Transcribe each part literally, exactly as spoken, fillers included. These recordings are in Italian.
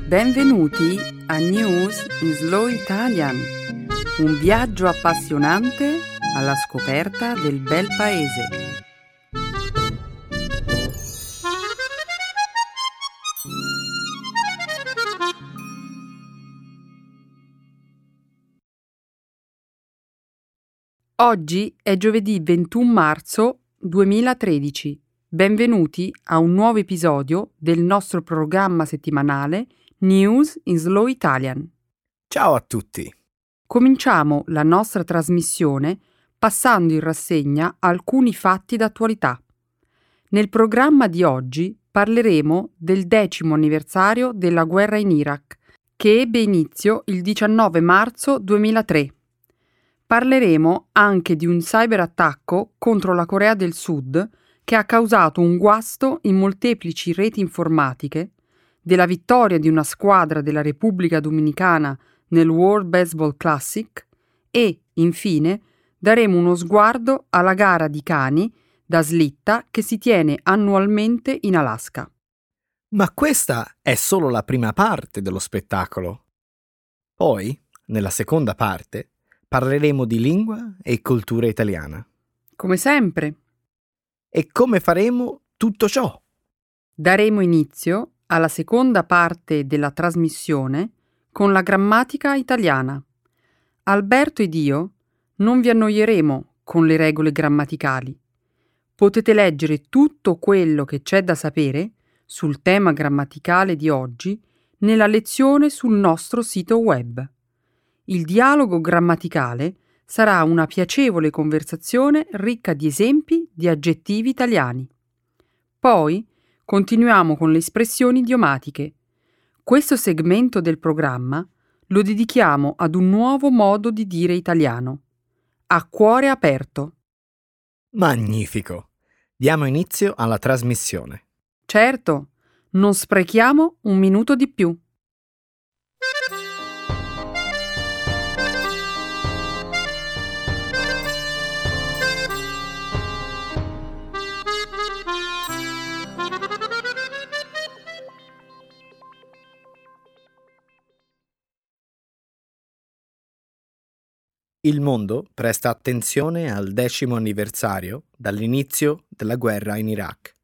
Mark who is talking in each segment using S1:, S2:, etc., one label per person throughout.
S1: Benvenuti a News in Slow Italian, un viaggio appassionante alla scoperta del bel paese. Oggi è giovedì ventuno marzo duemilatredici. Benvenuti a un nuovo episodio del nostro programma settimanale News in Slow Italian.
S2: Ciao a tutti!
S1: Cominciamo la nostra trasmissione passando in rassegna alcuni fatti d'attualità. Nel programma di oggi parleremo del decimo anniversario della guerra in Iraq, che ebbe inizio il diciannove marzo duemilatré. Parleremo anche di un cyberattacco contro la Corea del Sud che ha causato un guasto in molteplici reti informatiche, della vittoria di una squadra della Repubblica Dominicana nel World Baseball Classic e, infine, daremo uno sguardo alla gara di cani da slitta che si tiene annualmente in Alaska.
S2: Ma questa è solo la prima parte dello spettacolo. Poi, nella seconda parte, parleremo di lingua e cultura italiana.
S1: Come sempre.
S2: E come faremo tutto ciò?
S1: Daremo inizio alla seconda parte della trasmissione con la grammatica italiana. Alberto ed io non vi annoieremo con le regole grammaticali. Potete leggere tutto quello che c'è da sapere sul tema grammaticale di oggi nella lezione sul nostro sito web. Il dialogo grammaticale sarà una piacevole conversazione ricca di esempi di aggettivi italiani. Poi continuiamo con le espressioni idiomatiche. Questo segmento del programma lo dedichiamo ad un nuovo modo di dire italiano. A cuore aperto.
S2: Magnifico! Diamo inizio alla trasmissione.
S1: Certo, non sprechiamo un minuto di più.
S2: Il mondo presta attenzione al decimo anniversario dall'inizio della guerra in Iraq.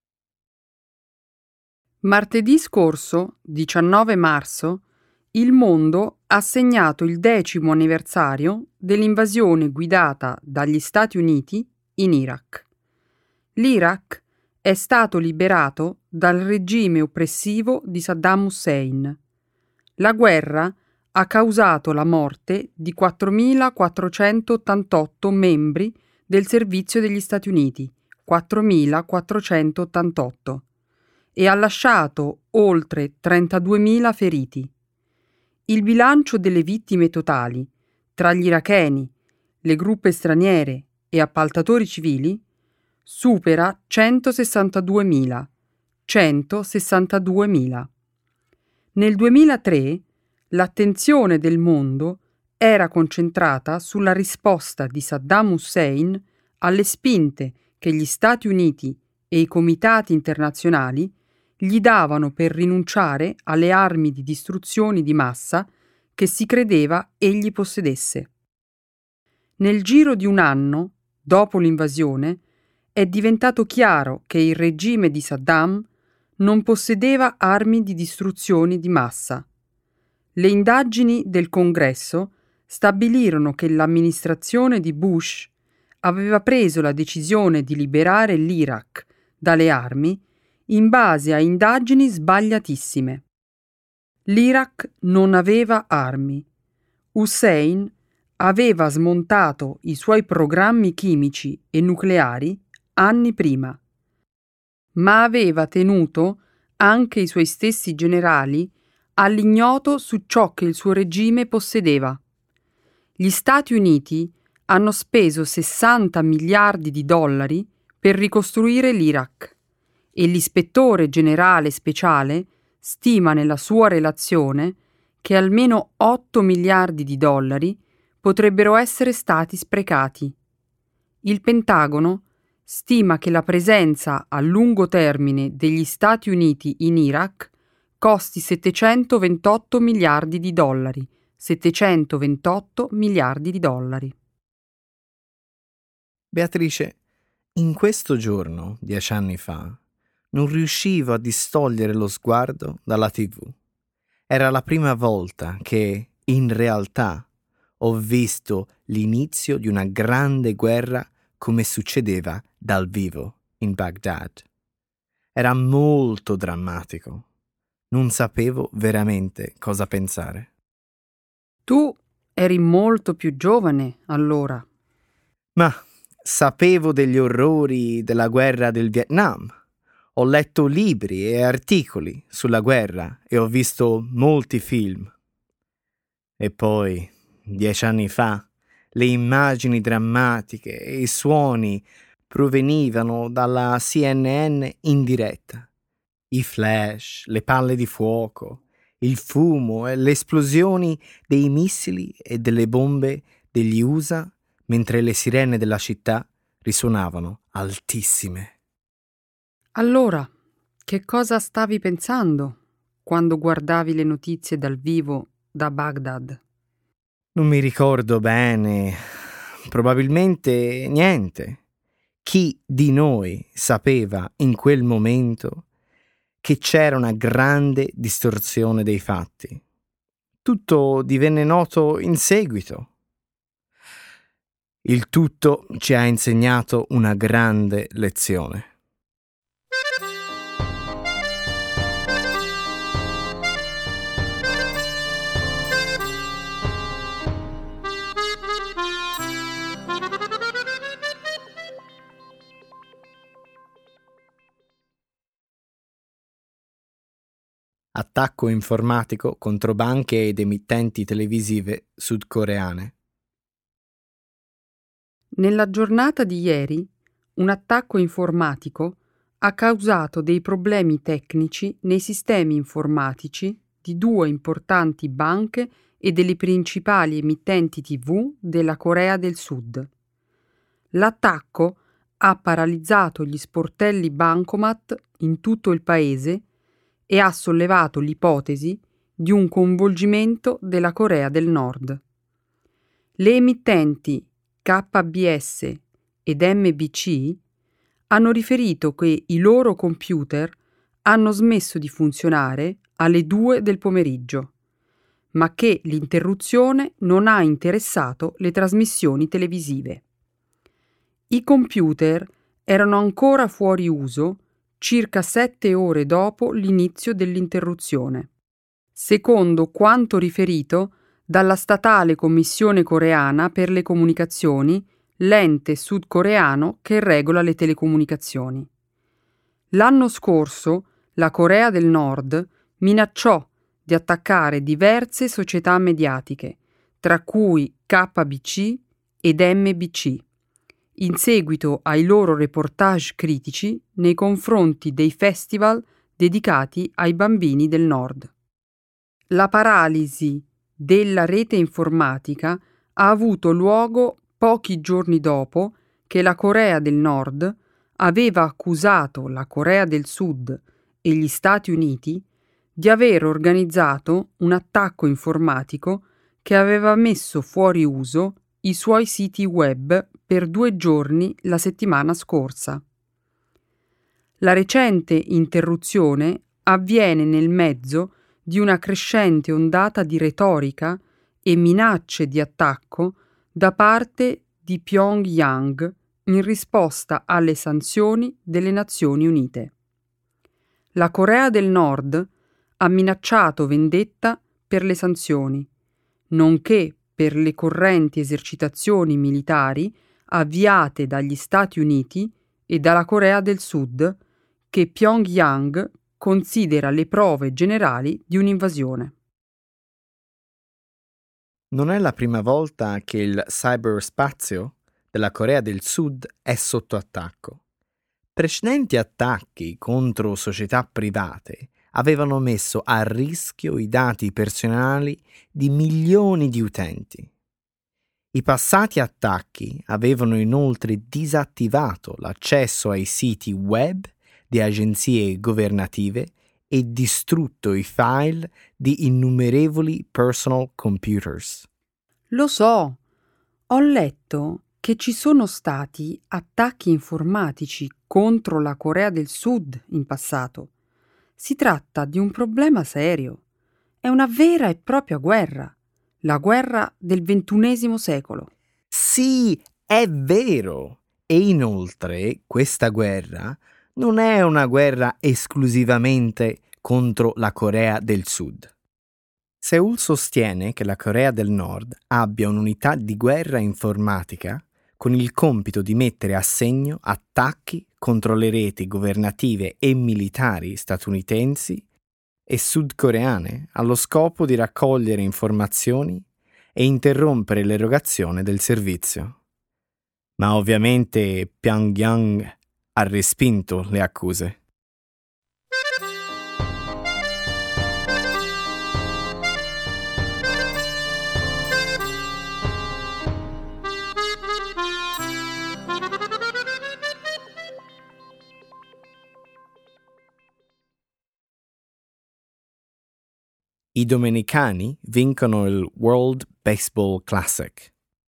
S1: Martedì scorso, diciannove marzo, il mondo ha segnato il decimo anniversario dell'invasione guidata dagli Stati Uniti in Iraq. L'Iraq è stato liberato dal regime oppressivo di Saddam Hussein. La guerra ha causato la morte di quattromilaquattrocentottantotto membri del servizio degli Stati Uniti, quattromilaquattrocentottantotto, e ha lasciato oltre trentaduemila feriti. Il bilancio delle vittime totali, tra gli iracheni, le gruppe straniere e appaltatori civili, supera centosessantaduemila. centosessantaduemila. Nel duemilatré l'attenzione del mondo era concentrata sulla risposta di Saddam Hussein alle spinte che gli Stati Uniti e i comitati internazionali gli davano per rinunciare alle armi di distruzione di massa che si credeva egli possedesse. Nel giro di un anno, dopo l'invasione, è diventato chiaro che il regime di Saddam non possedeva armi di distruzione di massa. Le indagini del Congresso stabilirono che l'amministrazione di Bush aveva preso la decisione di liberare l'Iraq dalle armi in base a indagini sbagliatissime. L'Iraq non aveva armi. Hussein aveva smontato i suoi programmi chimici e nucleari anni prima, ma aveva tenuto anche i suoi stessi generali all'ignoto su ciò che il suo regime possedeva. Gli Stati Uniti hanno speso sessanta miliardi di dollari per ricostruire l'Iraq e l'ispettore generale speciale stima nella sua relazione che almeno otto miliardi di dollari potrebbero essere stati sprecati. Il Pentagono stima che la presenza a lungo termine degli Stati Uniti in Iraq costi settecentoventotto miliardi di dollari. settecentoventotto miliardi di dollari.
S2: Beatrice, in questo giorno, dieci anni fa, non riuscivo a distogliere lo sguardo dalla tivù. Era la prima volta che, in realtà, ho visto l'inizio di una grande guerra come succedeva dal vivo in Baghdad. Era molto drammatico. Non sapevo veramente cosa pensare.
S1: Tu eri molto più giovane allora.
S2: Ma sapevo degli orrori della guerra del Vietnam. Ho letto libri e articoli sulla guerra e ho visto molti film. E poi, dieci anni fa, le immagini drammatiche e i suoni provenivano dalla C N N in diretta. I flash, le palle di fuoco, il fumo e le esplosioni dei missili e delle bombe degli U S A mentre le sirene della città risuonavano altissime.
S1: Allora, che cosa stavi pensando quando guardavi le notizie dal vivo da Baghdad?
S2: Non mi ricordo bene, probabilmente niente. Chi di noi sapeva in quel momento che c'era una grande distorsione dei fatti? Tutto divenne noto in seguito. Il tutto ci ha insegnato una grande lezione. Attacco informatico contro banche ed emittenti televisive sudcoreane.
S1: Nella giornata di ieri, un attacco informatico ha causato dei problemi tecnici nei sistemi informatici di due importanti banche e delle principali emittenti tivù della Corea del Sud. L'attacco ha paralizzato gli sportelli bancomat in tutto il paese e ha sollevato l'ipotesi di un coinvolgimento della Corea del Nord. Le emittenti K B S ed M B C hanno riferito che i loro computer hanno smesso di funzionare alle due del pomeriggio, ma che l'interruzione non ha interessato le trasmissioni televisive. I computer erano ancora fuori uso circa sette ore dopo l'inizio dell'interruzione, secondo quanto riferito dalla statale Commissione coreana per le comunicazioni, l'ente sudcoreano che regola le telecomunicazioni. L'anno scorso la Corea del Nord minacciò di attaccare diverse società mediatiche, tra cui K B C ed M B C, in seguito ai loro reportage critici nei confronti dei festival dedicati ai bambini del Nord. La paralisi della rete informatica ha avuto luogo pochi giorni dopo che la Corea del Nord aveva accusato la Corea del Sud e gli Stati Uniti di aver organizzato un attacco informatico che aveva messo fuori uso i suoi siti web per due giorni la settimana scorsa. La recente interruzione avviene nel mezzo di una crescente ondata di retorica e minacce di attacco da parte di Pyongyang in risposta alle sanzioni delle Nazioni Unite. La Corea del Nord ha minacciato vendetta per le sanzioni, nonché per le correnti esercitazioni militari avviate dagli Stati Uniti e dalla Corea del Sud, che Pyongyang considera le prove generali di un'invasione.
S2: Non è la prima volta che il cyberspazio della Corea del Sud è sotto attacco. Precedenti attacchi contro società private avevano messo a rischio i dati personali di milioni di utenti. I passati attacchi avevano inoltre disattivato l'accesso ai siti web di agenzie governative e distrutto i file di innumerevoli personal computers.
S1: Lo so, ho letto che ci sono stati attacchi informatici contro la Corea del Sud in passato. Si tratta di un problema serio. È una vera e propria guerra, la guerra del ventunesimo secolo.
S2: Sì, è vero! E inoltre questa guerra non è una guerra esclusivamente contro la Corea del Sud. Seoul sostiene che la Corea del Nord abbia un'unità di guerra informatica con il compito di mettere a segno attacchi contro le reti governative e militari statunitensi e sudcoreane allo scopo di raccogliere informazioni e interrompere l'erogazione del servizio. Ma ovviamente Pyongyang ha respinto le accuse. I domenicani vincono il World Baseball Classic.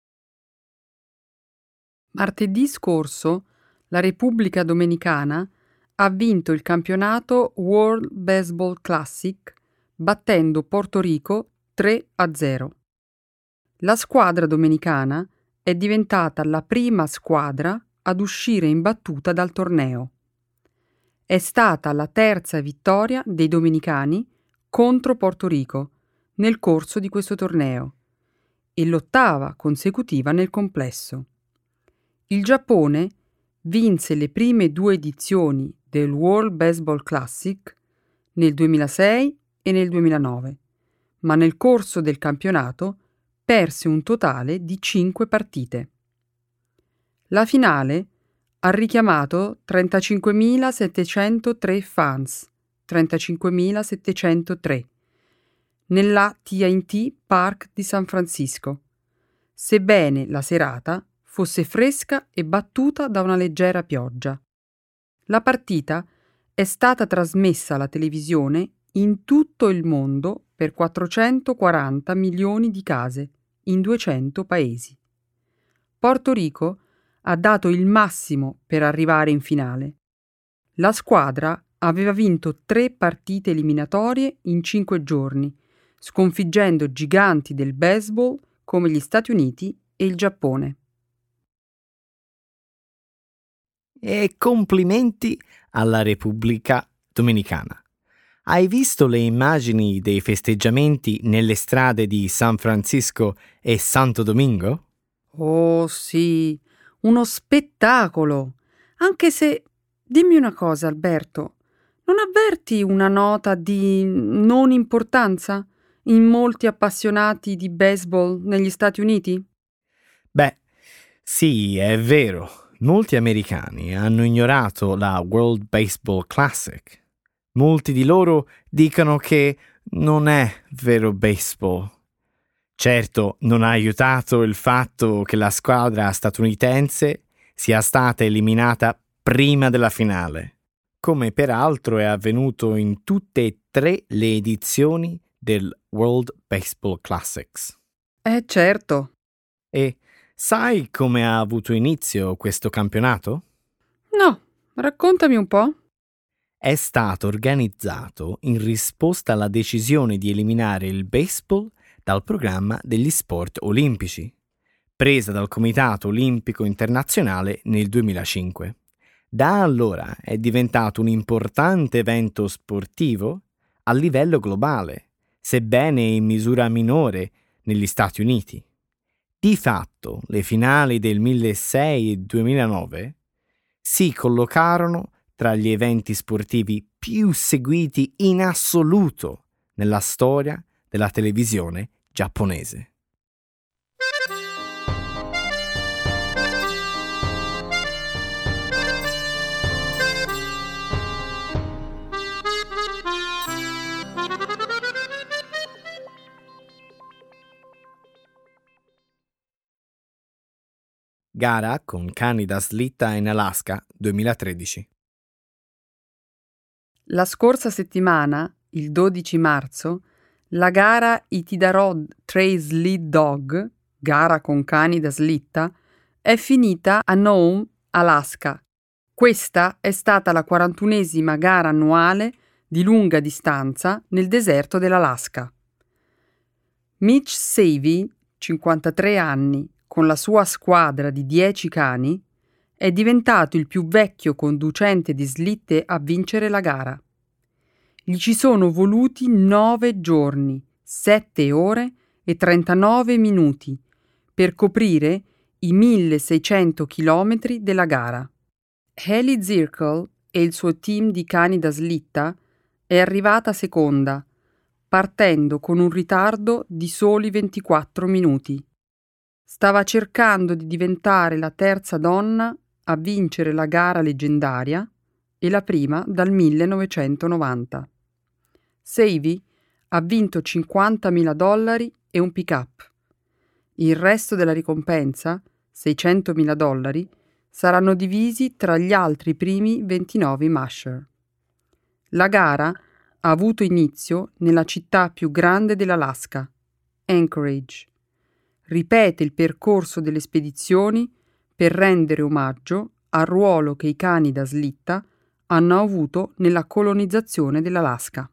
S1: Martedì scorso la Repubblica Dominicana ha vinto il campionato World Baseball Classic battendo Porto Rico tre a zero. La squadra dominicana è diventata la prima squadra ad uscire imbattuta dal torneo. È stata la terza vittoria dei dominicani contro Porto Rico nel corso di questo torneo e l'ottava consecutiva nel complesso. Il Giappone vinse le prime due edizioni del World Baseball Classic nel duemilasei e nel duemilanove, ma nel corso del campionato perse un totale di cinque partite. La finale ha richiamato trentacinquemilasettecentotre fans, trentacinquemilasettecentotre, nell'A T and T Park di San Francisco, sebbene la serata fosse fresca e battuta da una leggera pioggia. La partita è stata trasmessa alla televisione in tutto il mondo per quattrocentoquaranta milioni di case in duecento paesi. Porto Rico ha dato il massimo per arrivare in finale. La squadra aveva vinto tre partite eliminatorie in cinque giorni, sconfiggendo giganti del baseball come gli Stati Uniti e il Giappone.
S2: E complimenti alla Repubblica Dominicana. Hai visto le immagini dei festeggiamenti nelle strade di San Francisco e Santo Domingo?
S1: Oh sì, uno spettacolo! Anche se, dimmi una cosa, Alberto, non avverti una nota di non importanza in molti appassionati di baseball negli Stati Uniti?
S2: Beh, sì, è vero. Molti americani hanno ignorato la World Baseball Classic. Molti di loro dicono che non è vero baseball. Certo, non ha aiutato il fatto che la squadra statunitense sia stata eliminata prima della finale, come peraltro è avvenuto in tutte e tre le edizioni del World Baseball Classics.
S1: Eh certo.
S2: E sai come ha avuto inizio questo campionato?
S1: No, raccontami un po'.
S2: È stato organizzato in risposta alla decisione di eliminare il baseball dal programma degli sport olimpici, presa dal Comitato Olimpico Internazionale nel duemilacinque. Da allora è diventato un importante evento sportivo a livello globale, sebbene in misura minore negli Stati Uniti. Di fatto, le finali del duemilasei e duemilanove si collocarono tra gli eventi sportivi più seguiti in assoluto nella storia della televisione giapponese. Gara con cani da slitta in Alaska duemilatredici.
S1: La scorsa settimana, il dodici marzo, la gara Iditarod Trail Lead Dog, gara con cani da slitta, è finita a Nome, Alaska. Questa è stata la quarantunesima gara annuale di lunga distanza nel deserto dell'Alaska. Mitch Savy, cinquantatré anni, con la sua squadra di dieci cani, è diventato il più vecchio conducente di slitte a vincere la gara. Gli ci sono voluti nove giorni, sette ore e trentanove minuti per coprire i milleseicento chilometri della gara. Haley Zirkle e il suo team di cani da slitta è arrivata seconda, partendo con un ritardo di soli ventiquattro minuti. Stava cercando di diventare la terza donna a vincere la gara leggendaria e la prima dal millenovecentonovanta. Savy ha vinto cinquantamila dollari e un pick-up. Il resto della ricompensa, seicentomila dollari, saranno divisi tra gli altri primi ventinove musher. La gara ha avuto inizio nella città più grande dell'Alaska, Anchorage. Ripete il percorso delle spedizioni per rendere omaggio al ruolo che i cani da slitta hanno avuto nella colonizzazione dell'Alaska.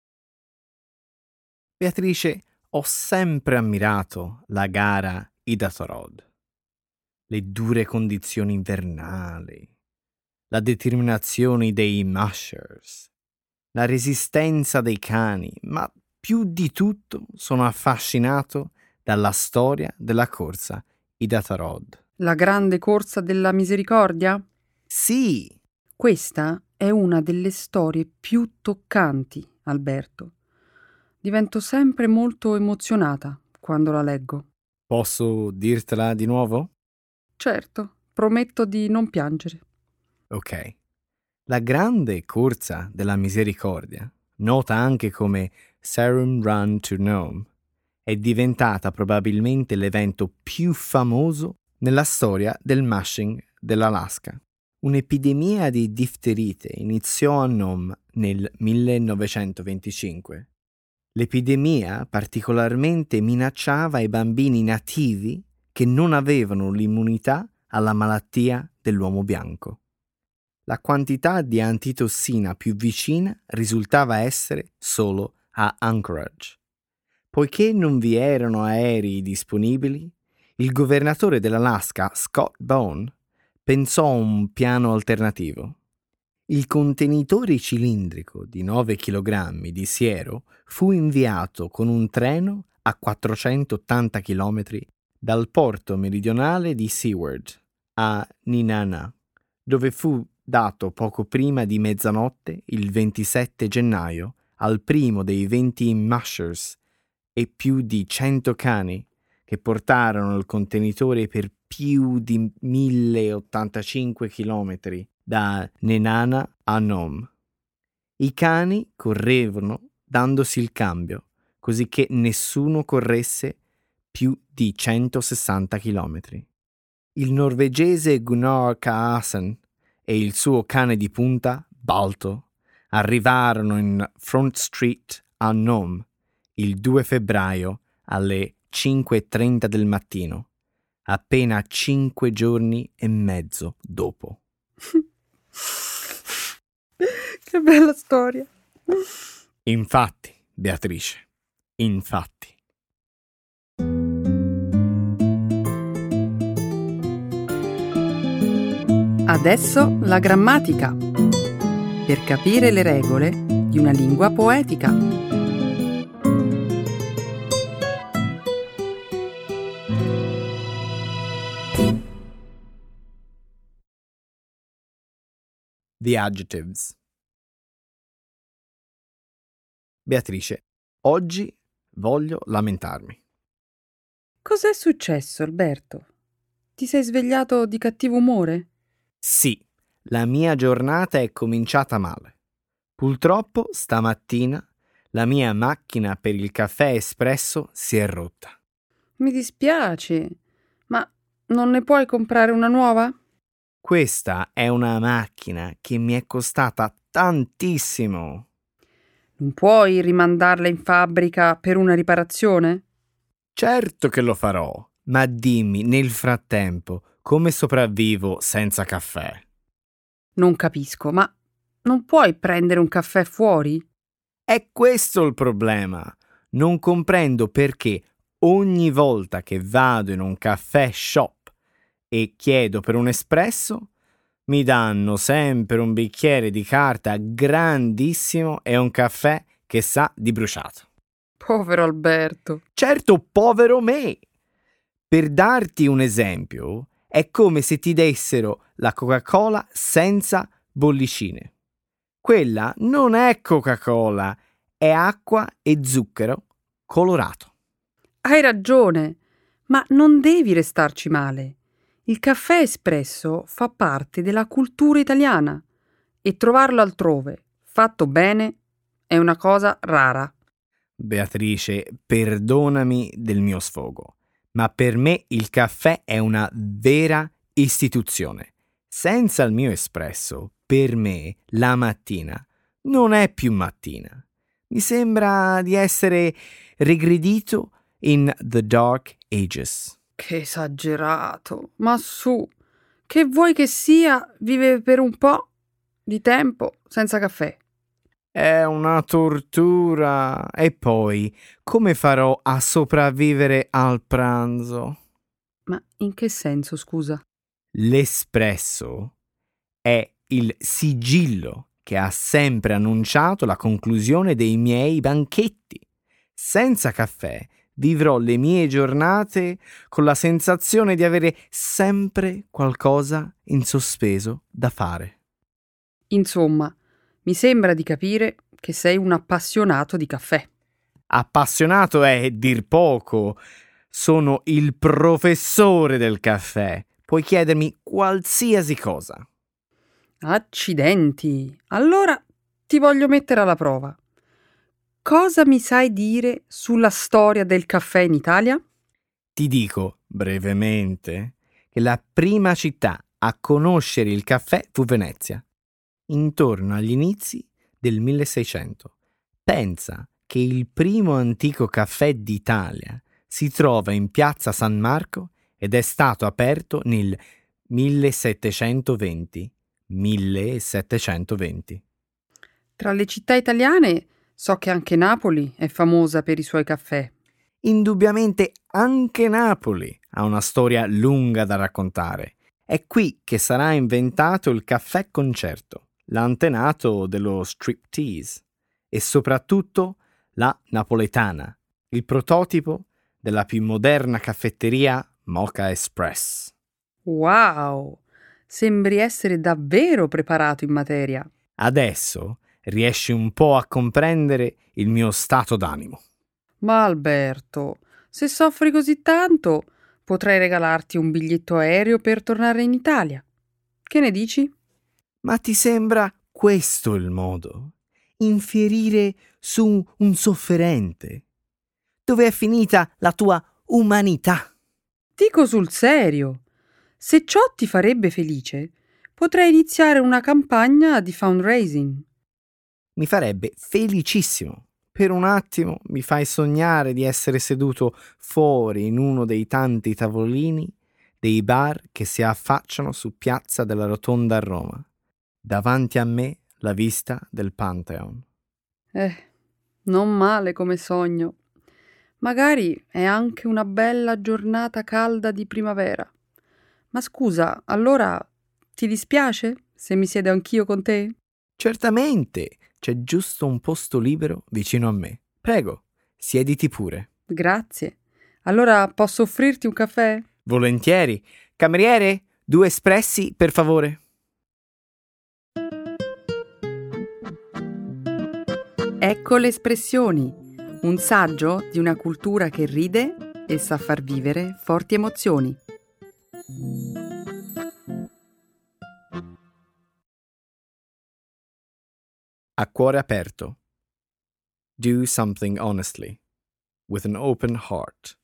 S2: Beatrice, ho sempre ammirato la gara Iditarod. Le dure condizioni invernali, la determinazione dei mushers, la resistenza dei cani, ma più di tutto sono affascinato dalla storia della corsa Iditarod.
S1: La grande corsa della misericordia?
S2: Sì!
S1: Questa è una delle storie più toccanti, Alberto. Divento sempre molto emozionata quando la leggo.
S2: Posso dirtela di nuovo?
S1: Certo, prometto di non piangere.
S2: Ok. La grande corsa della misericordia, nota anche come Sarum Run to Nome, è diventata probabilmente l'evento più famoso nella storia del mushing dell'Alaska. Un'epidemia di difterite iniziò a Nome nel millenovecentoventicinque. L'epidemia particolarmente minacciava i bambini nativi che non avevano l'immunità alla malattia dell'uomo bianco. La quantità di antitossina più vicina risultava essere solo a Anchorage. Poiché non vi erano aerei disponibili, il governatore dell'Alaska, Scott Bone, pensò a un piano alternativo. Il contenitore cilindrico di nove chilogrammi di siero fu inviato con un treno a quattrocentottanta chilometri dal porto meridionale di Seward a Nenana, dove fu dato poco prima di mezzanotte il ventisette gennaio al primo dei venti mushers e più di cento cani che portarono il contenitore per più di milleottantacinque chilometri da Nenana a Nome. I cani correvano dandosi il cambio, così che nessuno corresse più di centosessanta chilometri. Il norvegese Gunnar Kaasen e il suo cane di punta, Balto, arrivarono in Front Street a Nome il due febbraio alle cinque e trenta del mattino, appena cinque giorni e mezzo dopo.
S1: Che bella storia!
S2: Infatti, Beatrice, infatti.
S1: Adesso la grammatica, per capire le regole di una lingua poetica.
S2: The adjectives. Beatrice, oggi voglio lamentarmi.
S1: Cos'è successo, Alberto? Ti sei svegliato di cattivo umore?
S2: Sì, la mia giornata è cominciata male. Purtroppo stamattina la mia macchina per il caffè espresso si è rotta.
S1: Mi dispiace, ma non ne puoi comprare una nuova?
S2: Questa è una macchina che mi è costata tantissimo.
S1: Non puoi rimandarla in fabbrica per una riparazione?
S2: Certo che lo farò, ma dimmi nel frattempo come sopravvivo senza caffè.
S1: Non capisco, ma non puoi prendere un caffè fuori?
S2: È questo il problema. Non comprendo perché ogni volta che vado in un caffè shop e chiedo per un espresso, mi danno sempre un bicchiere di carta grandissimo e un caffè che sa di bruciato.
S1: Povero Alberto.
S2: Certo, povero me! Per darti un esempio, è come se ti dessero la Coca-Cola senza bollicine. Quella non è Coca-Cola, è acqua e zucchero colorato.
S1: Hai ragione, ma non devi restarci male. Il caffè espresso fa parte della cultura italiana e trovarlo altrove, fatto bene, è una cosa rara.
S2: Beatrice, perdonami del mio sfogo, ma per me il caffè è una vera istituzione. Senza il mio espresso, per me, la mattina non è più mattina. Mi sembra di essere regredito in The Dark Ages.
S1: Che esagerato, ma su, che vuoi che sia, vive per un po' di tempo senza caffè.
S2: È una tortura. E poi, come farò a sopravvivere al pranzo?
S1: Ma in che senso, scusa?
S2: L'espresso è il sigillo che ha sempre annunciato la conclusione dei miei banchetti. Senza caffè vivrò le mie giornate con la sensazione di avere sempre qualcosa in sospeso da fare.
S1: Insomma, mi sembra di capire che sei un appassionato di caffè.
S2: Appassionato è dir poco. Sono il professore del caffè. Puoi chiedermi qualsiasi cosa.
S1: Accidenti! Allora ti voglio mettere alla prova. Cosa mi sai dire sulla storia del caffè in Italia?
S2: Ti dico, brevemente, che la prima città a conoscere il caffè fu Venezia, intorno agli inizi del milleseicento. Pensa che il primo antico caffè d'Italia si trova in piazza San Marco ed è stato aperto nel millesettecentoventi. millesettecentoventi.
S1: Tra le città italiane so che anche Napoli è famosa per i suoi caffè.
S2: Indubbiamente anche Napoli ha una storia lunga da raccontare. È qui che sarà inventato il caffè concerto, l'antenato dello striptease, e soprattutto la napoletana, il prototipo della più moderna caffetteria Mocha Express.
S1: Wow! Sembri essere davvero preparato in materia.
S2: Adesso riesci un po' a comprendere il mio stato d'animo.
S1: Ma Alberto, se soffri così tanto, potrei regalarti un biglietto aereo per tornare in Italia. Che ne dici?
S2: Ma ti sembra questo il modo? Infierire su un sofferente? Dove è finita la tua umanità?
S1: Dico sul serio. Se ciò ti farebbe felice, potrei iniziare una campagna di fundraising.
S2: Mi farebbe felicissimo. Per un attimo mi fai sognare di essere seduto fuori in uno dei tanti tavolini dei bar che si affacciano su Piazza della Rotonda a Roma. Davanti a me la vista del Pantheon.
S1: Eh, non male come sogno. Magari è anche una bella giornata calda di primavera. Ma scusa, allora ti dispiace se mi siedo anch'io con te?
S2: Certamente, c'è giusto un posto libero vicino a me. Prego, siediti pure.
S1: Grazie. Allora posso offrirti un caffè?
S2: Volentieri. Cameriere, due espressi, per favore.
S1: Ecco le espressioni, un saggio di una cultura che ride e sa far vivere forti emozioni.
S2: A cuore aperto. Do something honestly, with an open heart.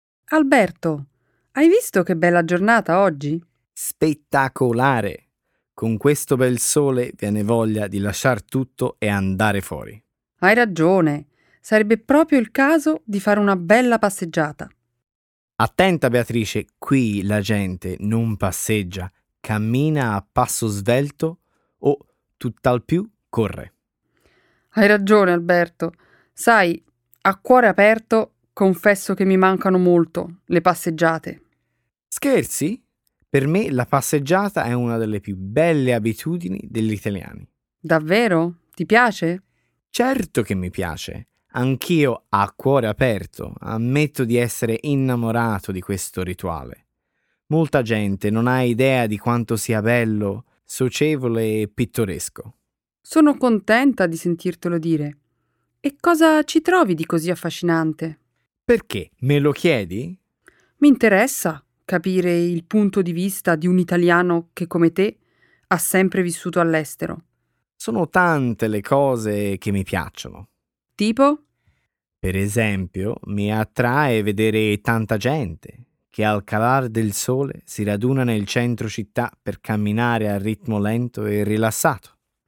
S1: Alberto, hai visto che bella giornata oggi?
S2: Spettacolare! Con questo bel sole viene voglia di lasciar tutto e andare fuori.
S1: Hai ragione, sarebbe proprio il caso di fare una bella passeggiata.
S2: Attenta Beatrice, qui la gente non passeggia, cammina a passo svelto o tutt'al più corre.
S1: Hai ragione Alberto, sai, a cuore aperto confesso che mi mancano molto le passeggiate.
S2: Scherzi? Per me la passeggiata è una delle più belle abitudini degli italiani.
S1: Davvero? Ti piace?
S2: Certo che mi piace. Anch'io a cuore aperto ammetto di essere innamorato di questo rituale. Molta gente non ha idea di quanto sia bello, socievole e pittoresco.
S1: Sono contenta di sentirtelo dire. E cosa ci trovi di così affascinante?
S2: Perché? Me lo chiedi?
S1: Mi interessa capire il punto di vista di un italiano che come te ha sempre vissuto all'estero.
S2: Sono tante le cose che mi piacciono.
S1: Tipo?
S2: Per esempio, mi attrae vedere tanta gente che al calar del sole si raduna nel centro città per camminare a ritmo lento e rilassato.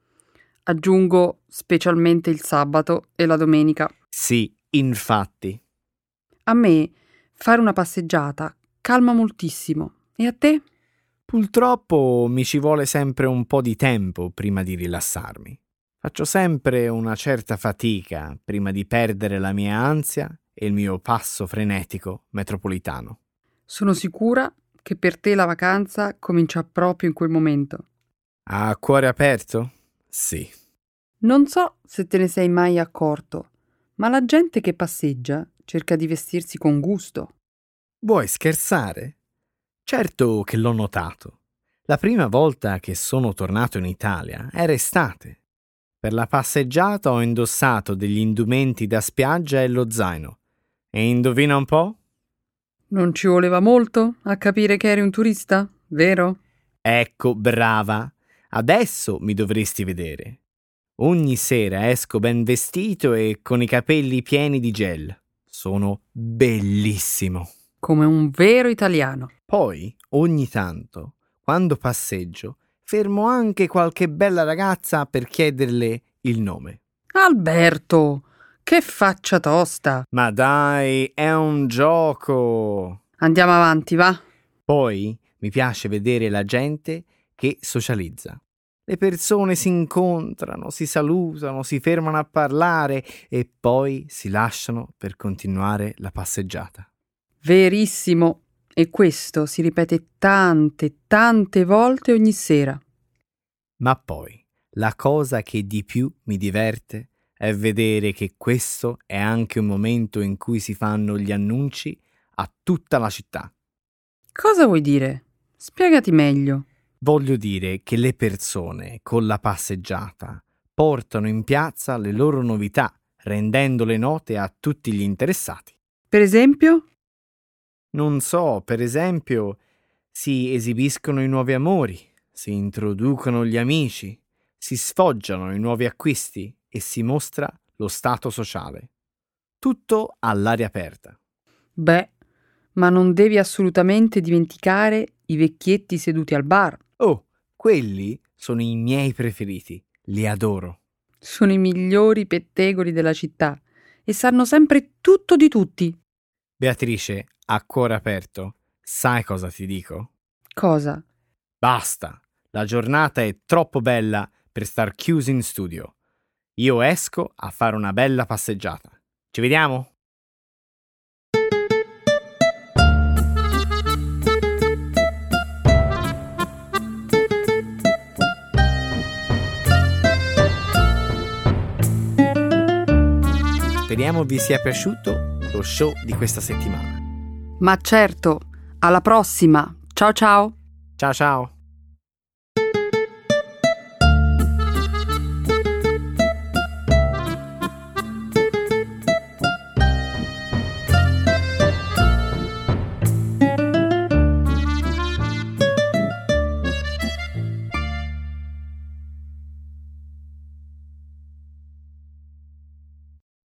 S1: Aggiungo specialmente il sabato e la domenica.
S2: Sì, infatti.
S1: A me fare una passeggiata calma moltissimo. E a te?
S2: Purtroppo mi ci vuole sempre un po' di tempo prima di rilassarmi. Faccio sempre una certa fatica prima di perdere la mia ansia e il mio passo frenetico metropolitano.
S1: Sono sicura che per te la vacanza comincia proprio in quel momento.
S2: A cuore aperto? Sì.
S1: Non so se te ne sei mai accorto, ma la gente che passeggia cerca di vestirsi con gusto.
S2: Vuoi scherzare? Certo che l'ho notato. La prima volta che sono tornato in Italia era estate. Per la passeggiata ho indossato degli indumenti da spiaggia e lo zaino. E indovina un po'?
S1: Non ci voleva molto a capire che eri un turista, vero?
S2: Ecco, brava. Adesso mi dovresti vedere. Ogni sera esco ben vestito e con i capelli pieni di gel. Sono bellissimo.
S1: Come un vero italiano.
S2: Poi, ogni tanto, quando passeggio, fermo anche qualche bella ragazza per chiederle il nome.
S1: Alberto, che faccia tosta!
S2: Ma dai, è un gioco!
S1: Andiamo avanti, va?
S2: Poi mi piace vedere la gente che socializza. Le persone si incontrano, si salutano, si fermano a parlare e poi si lasciano per continuare la passeggiata.
S1: Verissimo. E questo si ripete tante, tante volte ogni sera.
S2: Ma poi, la cosa che di più mi diverte è vedere che questo è anche un momento in cui si fanno gli annunci a tutta la città.
S1: Cosa vuoi dire? Spiegati meglio.
S2: Voglio dire che le persone, con la passeggiata, portano in piazza le loro novità, rendendole note a tutti gli interessati.
S1: Per esempio?
S2: Non so, per esempio, si esibiscono i nuovi amori, si introducono gli amici, si sfoggiano i nuovi acquisti e si mostra lo stato sociale. Tutto all'aria aperta.
S1: Beh, ma non devi assolutamente dimenticare i vecchietti seduti al bar.
S2: Oh, quelli sono i miei preferiti, li adoro.
S1: Sono i migliori pettegoli della città e sanno sempre tutto di tutti.
S2: Beatrice, a cuore aperto, sai cosa ti dico?
S1: Cosa?
S2: Basta, la giornata è troppo bella per star chiusi in studio. Io esco a fare una bella passeggiata. Ci vediamo? Speriamo vi sia piaciuto lo show di questa settimana.
S1: Ma certo, alla prossima. Ciao ciao.
S2: Ciao ciao!